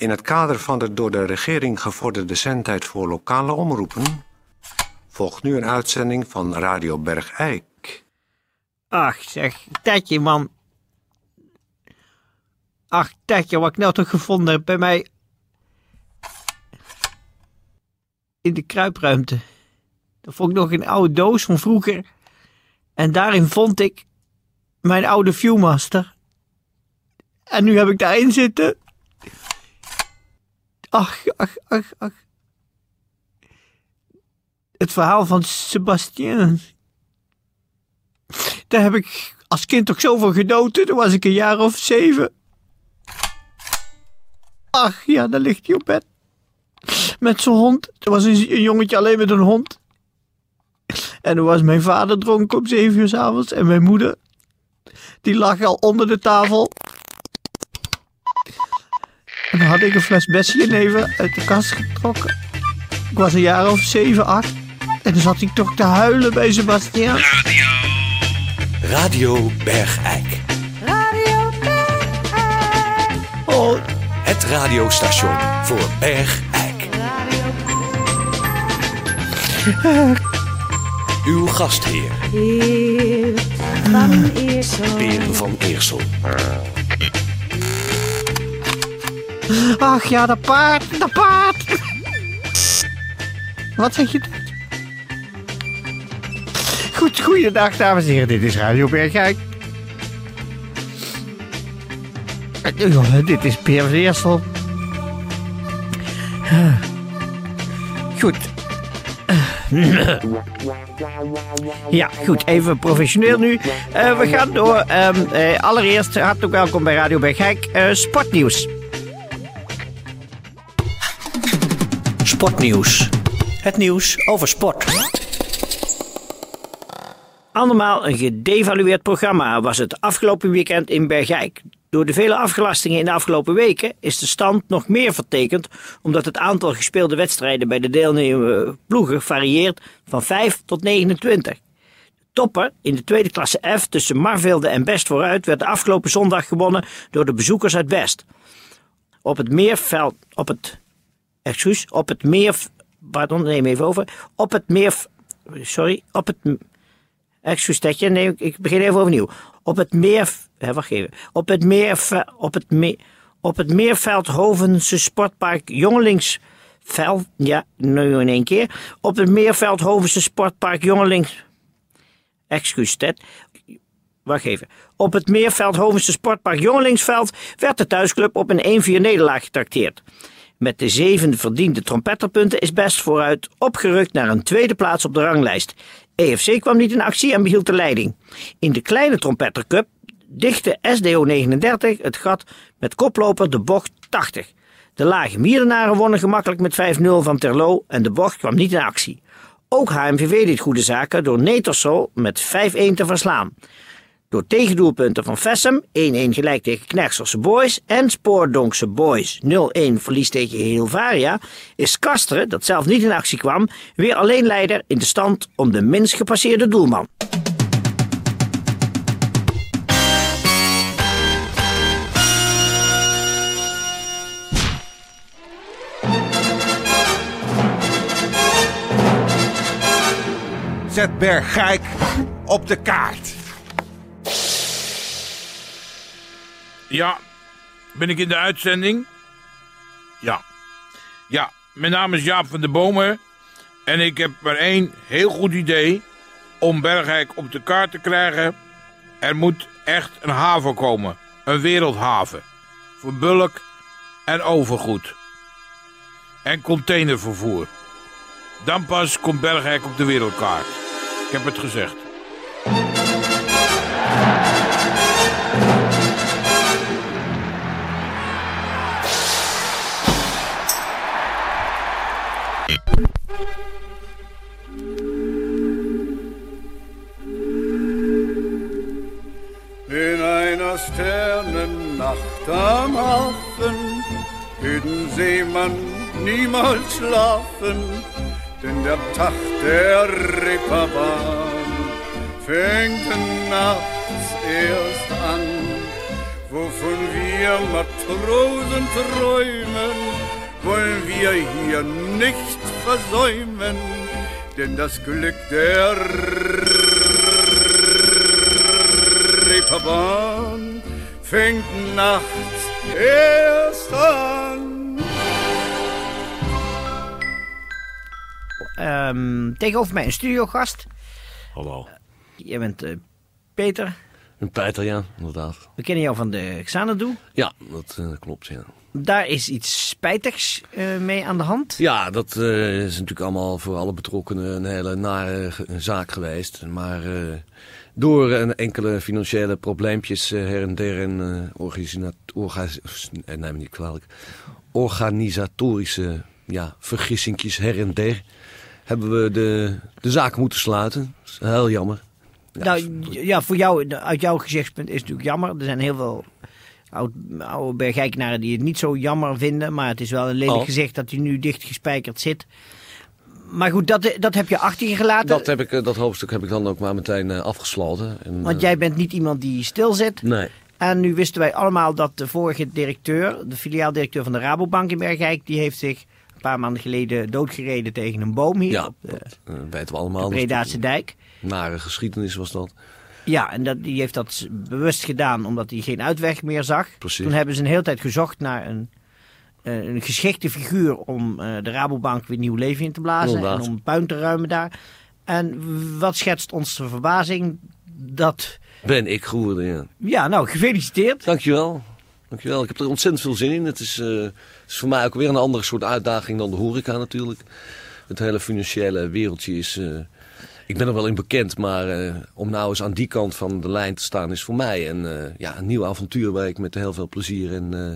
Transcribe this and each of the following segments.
In het kader van de door de regering gevorderde zendtijd voor lokale omroepen volgt nu een uitzending van Radio Bergijk. Ach zeg, Tetje man. Ach Tetje, wat ik nou toch gevonden heb bij mij in de kruipruimte. Dat vond ik nog een oude doos van vroeger. En daarin vond ik mijn oude Viewmaster. En nu heb ik daarin zitten. Ach. Het verhaal van Sébastien. Daar heb ik als kind toch zo van genoten. Toen was ik een jaar of 7. Ach ja, daar ligt hij op bed. Met zijn hond. Er was een jongetje alleen met een hond. En toen was mijn vader dronken om 7 uur 's avonds. En mijn moeder, die lag al onder de tafel. En dan had ik een fles Bessie-jenever uit de kast getrokken. Ik was een jaar of 7, 8. En dan zat ik toch te huilen bij Sébastien. Radio Bergijk. Radio Bergijk. Oh. Het radiostation voor Bergijk. Uw gastheer. Heer van Eersel. Peer van Eersel. Ach ja, dat paard. Wat zeg je? Goeiedag, dames en heren. Dit is Radio Bergijk. Dit is Peer van Eersel. Goed. Ja, goed. Even professioneel nu. We gaan door. Allereerst hartelijk welkom bij Radio Bergijk. Sportnieuws. Sportnieuws. Het nieuws over sport. Andermaal een gedevalueerd programma was het afgelopen weekend in Bergijk. Door de vele afgelastingen in de afgelopen weken is de stand nog meer vertekend, omdat het aantal gespeelde wedstrijden bij de deelnemende ploegen varieert van 5 tot 29. De topper in de tweede klasse F tussen Marvelde en Best vooruit werd de afgelopen zondag gewonnen door de bezoekers uit Best. Op het Meerveldhovense Sportpark Jongelingsveld. Ja, nu in één keer. Op het Meerveldhovense Sportpark Jongelings. Op het Meerveldhovense Sportpark Jongelingsveld werd de thuisclub op een 1-4 nederlaag getrakteerd. Met de 7 verdiende trompetterpunten is Best vooruit opgerukt naar een tweede plaats op de ranglijst. EFC kwam niet in actie en behield de leiding. In de kleine trompettercup dichtte SDO 39 het gat met koploper de bocht 80. De Lage Mierenaren wonnen gemakkelijk met 5-0 van Terlo en de bocht kwam niet in actie. Ook HMVV deed goede zaken door Netersol met 5-1 te verslaan. Door tegendoelpunten van Vessem 1-1 gelijk tegen Knechtselse Boys en Spoordonkse Boys 0-1 verlies tegen Hilvaria is Kasteren, dat zelf niet in actie kwam, weer alleen leider in de stand om de minst gepasseerde doelman. Zet Bergijk op de kaart. Ja, ben ik in de uitzending? Ja, mijn naam is Jaap van der Bomen en ik heb maar één heel goed idee om Bergijk op de kaart te krijgen. Er moet echt een haven komen, een wereldhaven, voor bulk en overgoed en containervervoer. Dan pas komt Bergijk op de wereldkaart. Ik heb het gezegd. In einer Sternennacht am Hafen wird ein Seemann niemals schlafen, denn der Tag der Reeperbahn fängt nachts erst an, wovon wir wir Matrosen träumen, wollen wir hier nicht versäumen, denn das Glück der Reeperbahn fängt nachts erst an. Tegenover mij een studiogast. Hallo. Jij bent Peter. Een Peter, ja, inderdaad. We kennen jou van de Xanadu. Ja, dat klopt, ja. Daar is iets spijtigs mee aan de hand. Ja, dat is natuurlijk allemaal voor alle betrokkenen een hele nare zaak geweest. Maar door enkele financiële probleempjes her en der en neem me niet kwalijk, organisatorische vergissingjes her en der, hebben we de zaak moeten sluiten. Dat is heel jammer. Ja, voor jou, uit jouw gezichtspunt is het natuurlijk jammer. Er zijn heel veel oude Bergijkenaren die het niet zo jammer vinden. Maar het is wel een lelijk gezicht dat hij nu dichtgespijkerd zit. Maar goed, dat heb je achter je gelaten. Dat hoofdstuk heb ik dan ook maar meteen afgesloten. Want jij bent niet iemand die stil zit. Nee. En nu wisten wij allemaal dat de vorige directeur, de filiaaldirecteur van de Rabobank in Bergijk, die heeft zich een paar maanden geleden doodgereden tegen een boom hier op de weten we allemaal. Bredaartse dijk. Nare geschiedenis was dat. Ja, en die heeft dat bewust gedaan omdat hij geen uitweg meer zag. Precies. Toen hebben ze een hele tijd gezocht naar een geschikte figuur om de Rabobank weer nieuw leven in te blazen. Inderdaad. En om puin te ruimen daar. En wat schetst ons de verbazing? Dat Ben ik geworden, ja. Ja, nou, gefeliciteerd. Dankjewel. Ik heb er ontzettend veel zin in. Het is voor mij ook weer een andere soort uitdaging dan de horeca natuurlijk. Het hele financiële wereldje is... ik ben er wel in bekend, maar om nou eens aan die kant van de lijn te staan is voor mij een nieuw avontuur waar ik met heel veel plezier en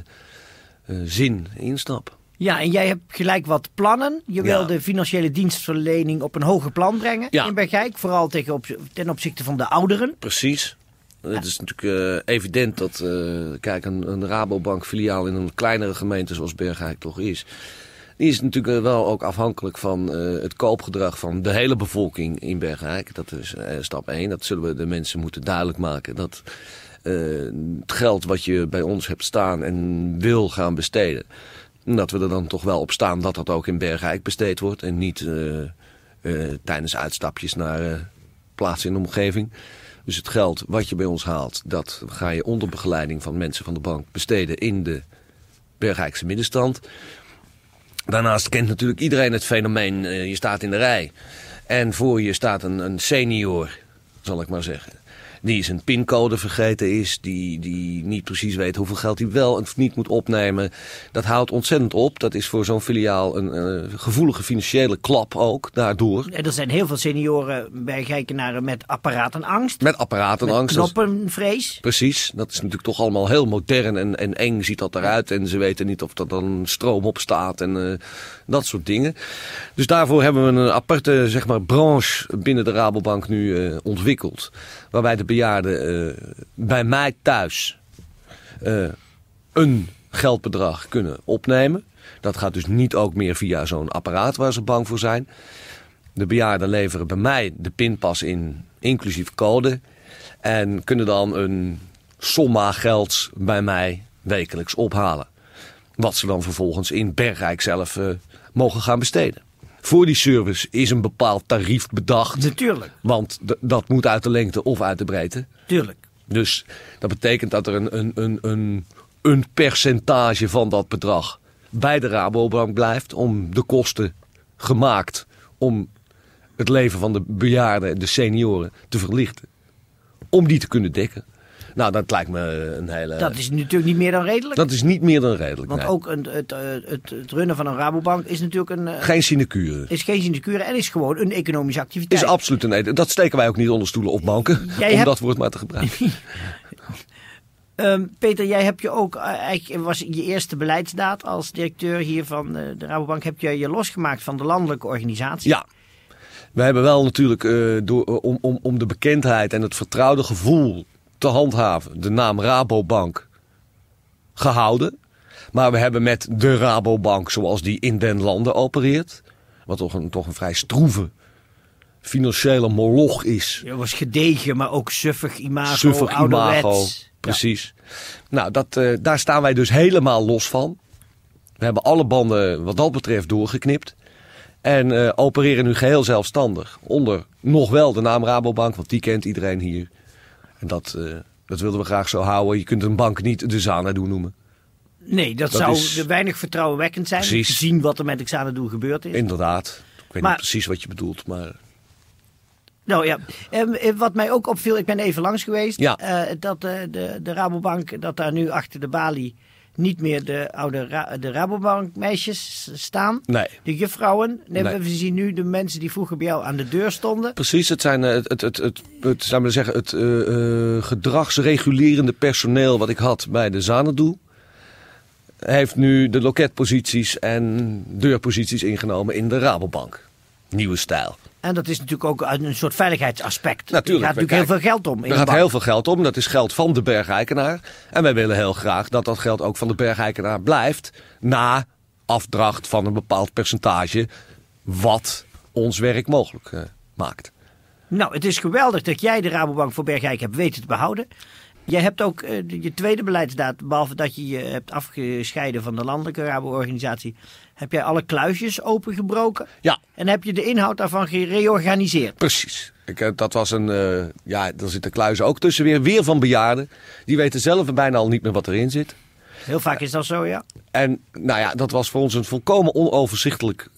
zin instap. Ja, en jij hebt gelijk wat plannen. Je wil de financiële dienstverlening op een hoger plan brengen in Bergijk. Vooral ten opzichte van de ouderen. Precies. Het is natuurlijk evident dat een Rabobank filiaal in een kleinere gemeente zoals Bergijk toch is. Die is natuurlijk wel ook afhankelijk van het koopgedrag van de hele bevolking in Bergijk. Dat is stap 1. Dat zullen we de mensen moeten duidelijk maken. Dat het geld wat je bij ons hebt staan en wil gaan besteden, dat we er dan toch wel op staan dat dat ook in Bergijk besteed wordt. En niet tijdens uitstapjes naar plaatsen in de omgeving. Dus het geld wat je bij ons haalt, dat ga je onder begeleiding van mensen van de bank besteden in de Bergijkse middenstand. Daarnaast kent natuurlijk iedereen het fenomeen, je staat in de rij. En voor je staat een senior, zal ik maar zeggen. Die zijn pincode vergeten is, die niet precies weet hoeveel geld hij wel of niet moet opnemen. Dat houdt ontzettend op. Dat is voor zo'n filiaal een gevoelige financiële klap ook, daardoor. Er zijn heel veel senioren Bergijkenaren met apparatenangst. Met apparatenangst. Met knoppenvrees. Precies. Dat is natuurlijk toch allemaal heel modern en eng ziet dat eruit. En ze weten niet of er dan stroom op staat en dat soort dingen. Dus daarvoor hebben we een aparte branche binnen de Rabobank nu ontwikkeld. Waarbij de bejaarden bij mij thuis een geldbedrag kunnen opnemen. Dat gaat dus niet ook meer via zo'n apparaat waar ze bang voor zijn. De bejaarden leveren bij mij de pinpas in, inclusief code. En kunnen dan een somma gelds bij mij wekelijks ophalen. Wat ze dan vervolgens in Bergijk zelf mogen gaan besteden. Voor die service is een bepaald tarief bedacht. Natuurlijk. Want dat moet uit de lengte of uit de breedte. Tuurlijk. Dus dat betekent dat er een percentage van dat bedrag bij de Rabobank blijft. Om de kosten gemaakt om het leven van de bejaarden, de senioren, te verlichten. Om die te kunnen dekken. Nou, dat lijkt me een hele... Dat is natuurlijk niet meer dan redelijk. Dat is niet meer dan redelijk, Want nee. ook het runnen van een Rabobank is natuurlijk een... Geen sinecure. Is geen sinecure en is gewoon een economische activiteit. Is absoluut een... Dat steken wij ook niet onder stoelen of banken. Dat woord maar te gebruiken. Peter, jij hebt je ook... eigenlijk was je eerste beleidsdaad als directeur hier van de Rabobank. Heb je je losgemaakt van de landelijke organisatie? Ja. We hebben wel natuurlijk om de bekendheid en het vertrouwde gevoel te handhaven de naam Rabobank gehouden. Maar we hebben met de Rabobank zoals die in den landen opereert, wat toch een vrij stroeve financiële moloch is. Het was gedegen, maar ook suffig imago, Suffig ouderwets. imago, precies. Nou, daar staan wij dus helemaal los van. We hebben alle banden wat dat betreft doorgeknipt. En opereren nu geheel zelfstandig. Onder nog wel de naam Rabobank, want die kent iedereen hier. En dat wilden we graag zo houden. Je kunt een bank niet de Xanadu noemen. Nee, dat zou weinig vertrouwenwekkend zijn. Precies. Gezien wat er met Xanadu gebeurd is. Inderdaad. Ik weet niet precies wat je bedoelt, maar... Nou ja, wat mij ook opviel, ik ben even langs geweest. Ja. Dat de Rabobank, dat daar nu achter de balie niet meer de oude de Rabobank meisjes staan. Nee. De juffrouwen. Nee, Nee. We zien nu de mensen die vroeger bij jou aan de deur stonden. Precies, het zijn het gedragsregulerende personeel wat ik had bij de Xanadu. Heeft nu de loketposities en deurposities ingenomen in de Rabobank. Nieuwe stijl. En dat is natuurlijk ook een soort veiligheidsaspect. Natuurlijk. Er gaat natuurlijk heel veel geld om. Er gaat heel veel geld om. Dat is geld van de bergeigenaar. En wij willen heel graag dat dat geld ook van de bergeigenaar blijft. Na afdracht van een bepaald percentage. Wat ons werk mogelijk maakt. Nou, het is geweldig dat jij de Rabobank voor Bergijk hebt weten te behouden. Jij hebt ook je tweede beleidsdaad, behalve dat je je hebt afgescheiden van de landelijke Rabo-organisatie, heb jij alle kluisjes opengebroken. Ja. En heb je de inhoud daarvan gereorganiseerd. Precies. Dat was er zitten kluizen ook tussen weer van bejaarden. Die weten zelf bijna al niet meer wat erin zit. Heel vaak is dat zo, ja. En nou ja, dat was voor ons een volkomen onoverzichtelijk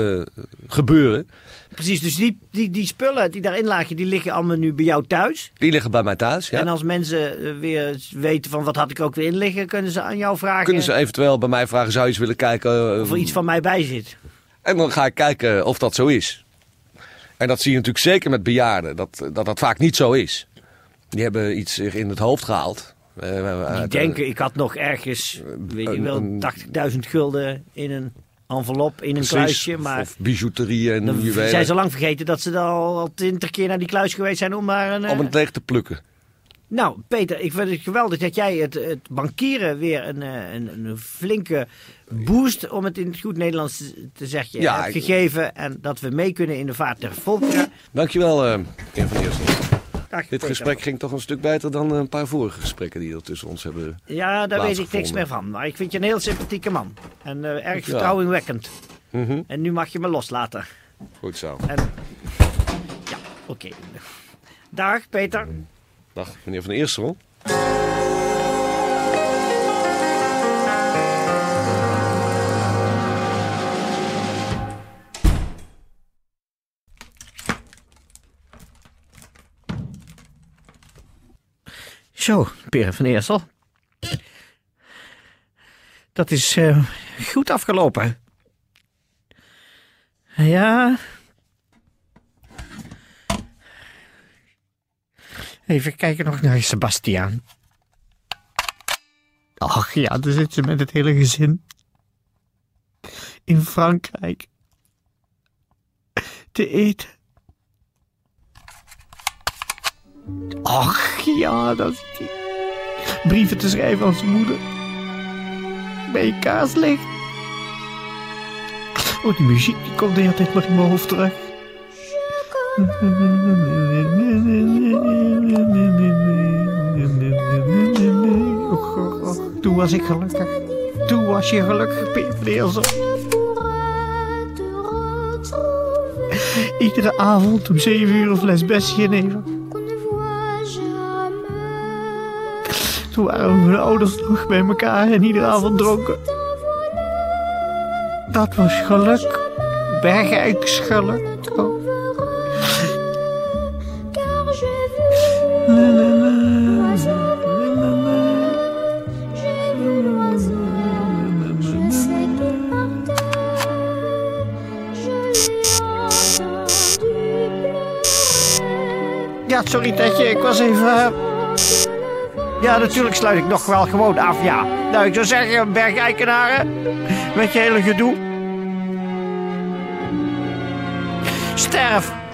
gebeuren. Precies, dus die spullen die daarin lagen, die liggen allemaal nu bij jou thuis. Die liggen bij mij thuis, ja. En als mensen weer weten van wat had ik ook weer in liggen, kunnen ze aan jou vragen. Kunnen ze eventueel bij mij vragen, zou je eens willen kijken... of er iets van mij bij zit. En dan ga ik kijken of dat zo is. En dat zie je natuurlijk zeker met bejaarden, dat vaak niet zo is. Die hebben iets zich in het hoofd gehaald. Die denken, ik had nog ergens, weet je wel, 80.000 gulden in een envelop, in een kluisje. Maar of bijouterie en juwelen. Zijn ze lang vergeten dat ze al 20 keer naar die kluis geweest zijn om maar om het leeg te plukken. Nou, Peter, ik vind het geweldig dat jij het bankieren weer een flinke boost, om het in het goed Nederlands te zeggen, hebt gegeven. En dat we mee kunnen in de vaart der volkeren. Dankjewel, Jan van Eersel. Dag, Dit Peter. gesprek ging toch een stuk beter dan een paar vorige gesprekken die er tussen ons hebben Ja, daar weet ik niks plaatsgevonden. meer van. Maar ik vind je een heel sympathieke man. En erg vertrouwenwekkend. En nu mag je me loslaten. Goed zo. En, ja, oké. Dag, Peter. Dag, meneer Van Eersel. Zo, Peer van Eersel. Dat is goed afgelopen. Ja. Even kijken nog naar Sebastiaan. Ach ja, daar zit ze met het hele gezin. In Frankrijk. Te eten. Ach ja, dat is die. Brieven te schrijven aan zijn moeder. Bij je kaarslicht. Oh, die muziek die komt de hele tijd maar in mijn hoofd terug. Och, toen was ik gelukkig. Toen was je gelukkig, Peter. Iedere avond om 7 uur een fles Bessie nemen. Toen waren mijn ouders nog bij elkaar en iedere avond dronken. Dat was geluk. Bergijks geluk. Oh. Ja, sorry Tetje, ik was even... Ja, natuurlijk sluit ik nog wel gewoon af, ja. Nou, ik zou zeggen, Bergijkenaren, met je hele gedoe. Sterf!